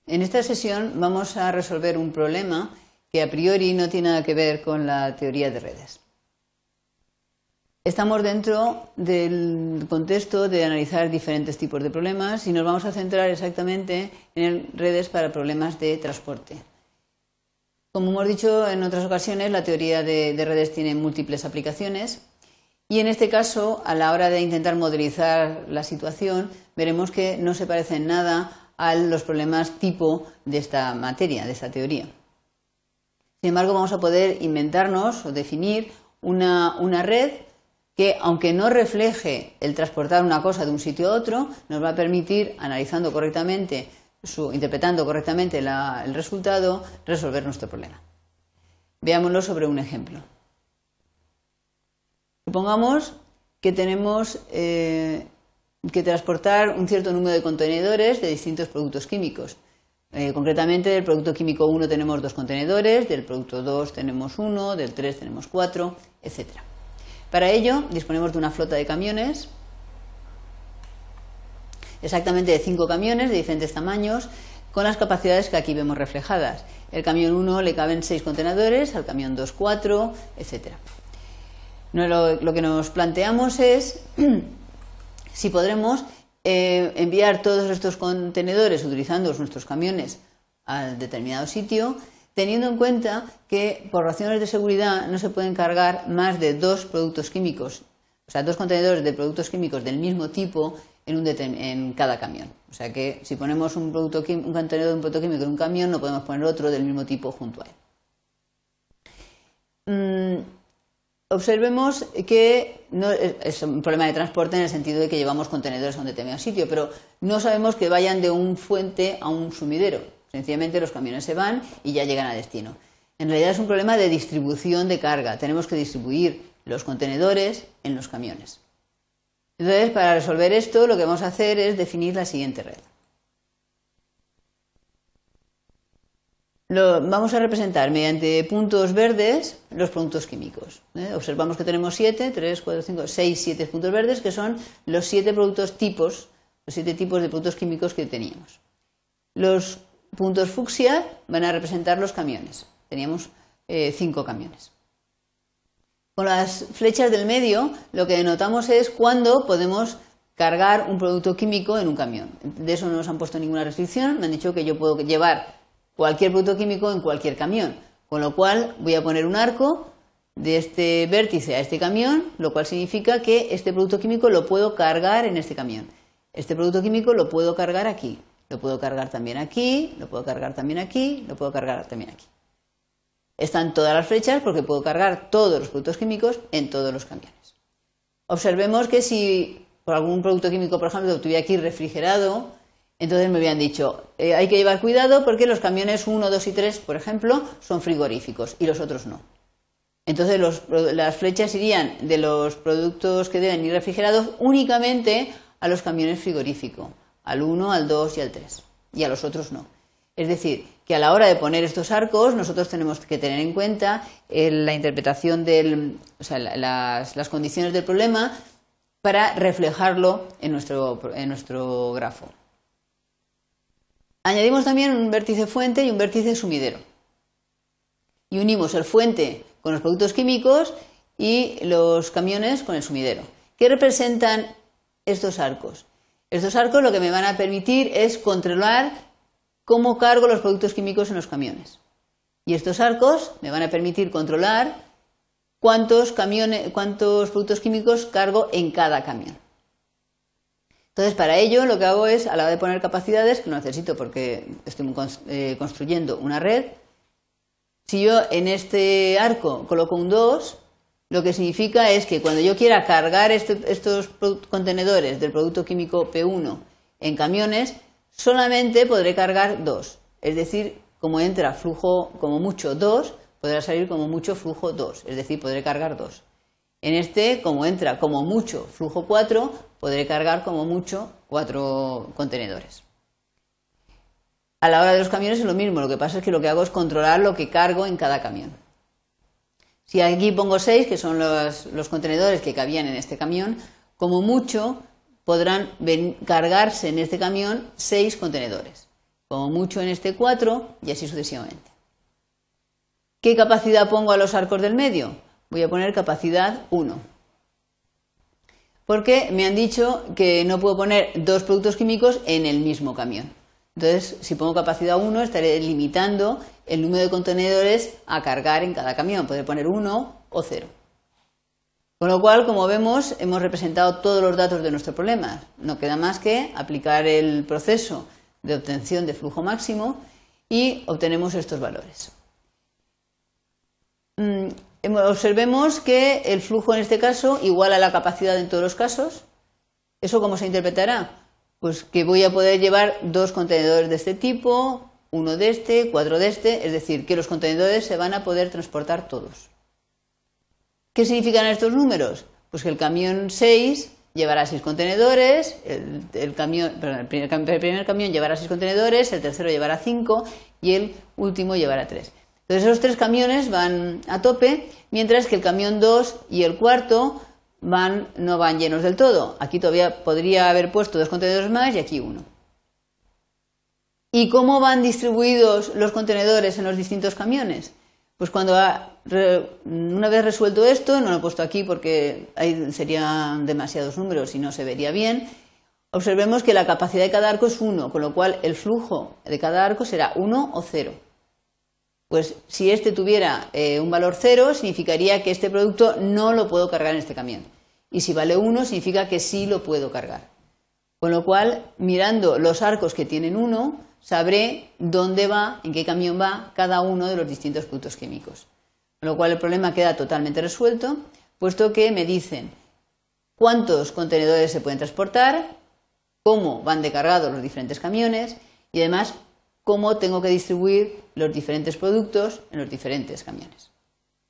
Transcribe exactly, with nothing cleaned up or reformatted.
En esta sesión vamos a resolver un problema que a priori no tiene nada que ver con la teoría de redes. Estamos dentro del contexto de analizar diferentes tipos de problemas y nos vamos a centrar exactamente en redes para problemas de transporte. Como hemos dicho en otras ocasiones, la teoría de, de redes tiene múltiples aplicaciones y en este caso, a la hora de intentar modelizar la situación, veremos que no se parece en nada a los problemas tipo de esta materia, de esta teoría. Sin embargo, vamos a poder inventarnos o definir una, una red que, aunque no refleje el transportar una cosa de un sitio a otro, nos va a permitir, analizando correctamente, su, interpretando correctamente la, el resultado, resolver nuestro problema. Veámoslo sobre un ejemplo. Supongamos que tenemos eh, que transportar un cierto número de contenedores de distintos productos químicos. Eh, concretamente, del producto químico uno tenemos dos contenedores, del producto dos tenemos uno, del tres tenemos cuatro, etcétera. Para ello, disponemos de una flota de camiones, exactamente de cinco camiones de diferentes tamaños, con las capacidades que aquí vemos reflejadas. El camión uno le caben seis contenedores, al camión dos, cuatro, etcétera. Lo, lo que nos planteamos es si podremos eh, enviar todos estos contenedores utilizando nuestros camiones al determinado sitio, teniendo en cuenta que por razones de seguridad no se pueden cargar más de dos productos químicos, o sea, dos contenedores de productos químicos del mismo tipo en, un en cada camión. O sea que si ponemos un, producto, un contenedor de un producto químico en un camión, no podemos poner otro del mismo tipo junto a él. Mm, Observemos que no, es un problema de transporte en el sentido de que llevamos contenedores a un determinado sitio, pero no sabemos que vayan de un fuente a un sumidero. Sencillamente los camiones se van y ya llegan a destino. En realidad es un problema de distribución de carga. Tenemos que distribuir los contenedores en los camiones. Entonces, para resolver esto, lo que vamos a hacer es definir la siguiente red. Lo, vamos a representar mediante puntos verdes los productos químicos. ¿eh? Observamos que tenemos siete, tres, cuatro, cinco, seis, siete puntos verdes, que son los siete productos tipos, los siete tipos de productos químicos que teníamos. Los puntos fucsia van a representar los camiones. Teníamos eh, cinco camiones. Con las flechas del medio, lo que denotamos es cuándo podemos cargar un producto químico en un camión. De eso no nos han puesto ninguna restricción. Me han dicho que yo puedo llevar cualquier producto químico en cualquier camión, con lo cual voy a poner un arco de este vértice a este camión, lo cual significa que este producto químico lo puedo cargar en este camión. Este producto químico lo puedo cargar aquí, lo puedo cargar también aquí, lo puedo cargar también aquí, lo puedo cargar también aquí. Están todas las flechas porque puedo cargar todos los productos químicos en todos los camiones. Observemos que si por algún producto químico, por ejemplo, lo tuviera aquí refrigerado, entonces me habían dicho, eh, hay que llevar cuidado porque los camiones uno, dos y tres, por ejemplo, son frigoríficos y los otros no. Entonces los, las flechas irían de los productos que deben ir refrigerados únicamente a los camiones frigoríficos, al uno, al dos y al tres, y a los otros no. Es decir, que a la hora de poner estos arcos nosotros tenemos que tener en cuenta eh, la interpretación del, o sea, la, las, las condiciones del problema para reflejarlo en nuestro, en nuestro grafo. Añadimos también un vértice fuente y un vértice sumidero. Y unimos el fuente con los productos químicos y los camiones con el sumidero. ¿Qué representan estos arcos? Estos arcos lo que me van a permitir es controlar cómo cargo los productos químicos en los camiones. Y estos arcos me van a permitir controlar cuántos, camiones, cuántos productos químicos cargo en cada camión. Entonces, para ello, lo que hago es, a la hora de poner capacidades, que no necesito porque estoy eh, construyendo una red, si yo en este arco coloco un dos, lo que significa es que cuando yo quiera cargar este, estos contenedores del producto químico P uno en camiones, solamente podré cargar dos. Es decir, como entra flujo como mucho dos, podrá salir como mucho flujo dos. Es decir, podré cargar dos. En este, como entra como mucho flujo cuatro, podré cargar como mucho cuatro contenedores. A la hora de los camiones es lo mismo, lo que pasa es que lo que hago es controlar lo que cargo en cada camión. Si aquí pongo seis, que son los, los contenedores que cabían en este camión, como mucho podrán ven, cargarse en este camión seis contenedores. como mucho en este cuatro y así sucesivamente. ¿Qué capacidad pongo a los arcos del medio? Voy a poner capacidad uno. Porque me han dicho que no puedo poner dos productos químicos en el mismo camión. Entonces, si pongo capacidad uno, estaré limitando el número de contenedores a cargar en cada camión. Podré poner uno o cero. Con lo cual, como vemos, hemos representado todos los datos de nuestro problema. No queda más que aplicar el proceso de obtención de flujo máximo y obtenemos estos valores. Observemos que el flujo en este caso iguala la capacidad en todos los casos. ¿Eso cómo se interpretará? Pues que voy a poder llevar dos contenedores de este tipo, uno de este, cuatro de este, es decir, que los contenedores se van a poder transportar todos. ¿Qué significan estos números? Pues que el camión seis llevará seis contenedores, el, el, camión, perdón, el, primer, el primer camión llevará seis contenedores, el tercero llevará cinco y el último llevará tres. Entonces esos tres camiones van a tope, mientras que el camión dos y el cuarto van, no van llenos del todo. Aquí todavía podría haber puesto dos contenedores más y aquí uno. ¿Y cómo van distribuidos los contenedores en los distintos camiones? Pues cuando ha, una vez resuelto esto, no lo he puesto aquí porque ahí serían demasiados números y no se vería bien, observemos que la capacidad de cada arco es uno, con lo cual el flujo de cada arco será uno o cero. Pues si este tuviera eh, un valor cero, significaría que este producto no lo puedo cargar en este camión. Y si vale uno, significa que sí lo puedo cargar. Con lo cual, mirando los arcos que tienen uno, sabré dónde va, en qué camión va cada uno de los distintos productos químicos. Con lo cual el problema queda totalmente resuelto, puesto que me dicen cuántos contenedores se pueden transportar, cómo van de cargados los diferentes camiones y además cómo tengo que distribuir los diferentes productos en los diferentes camiones.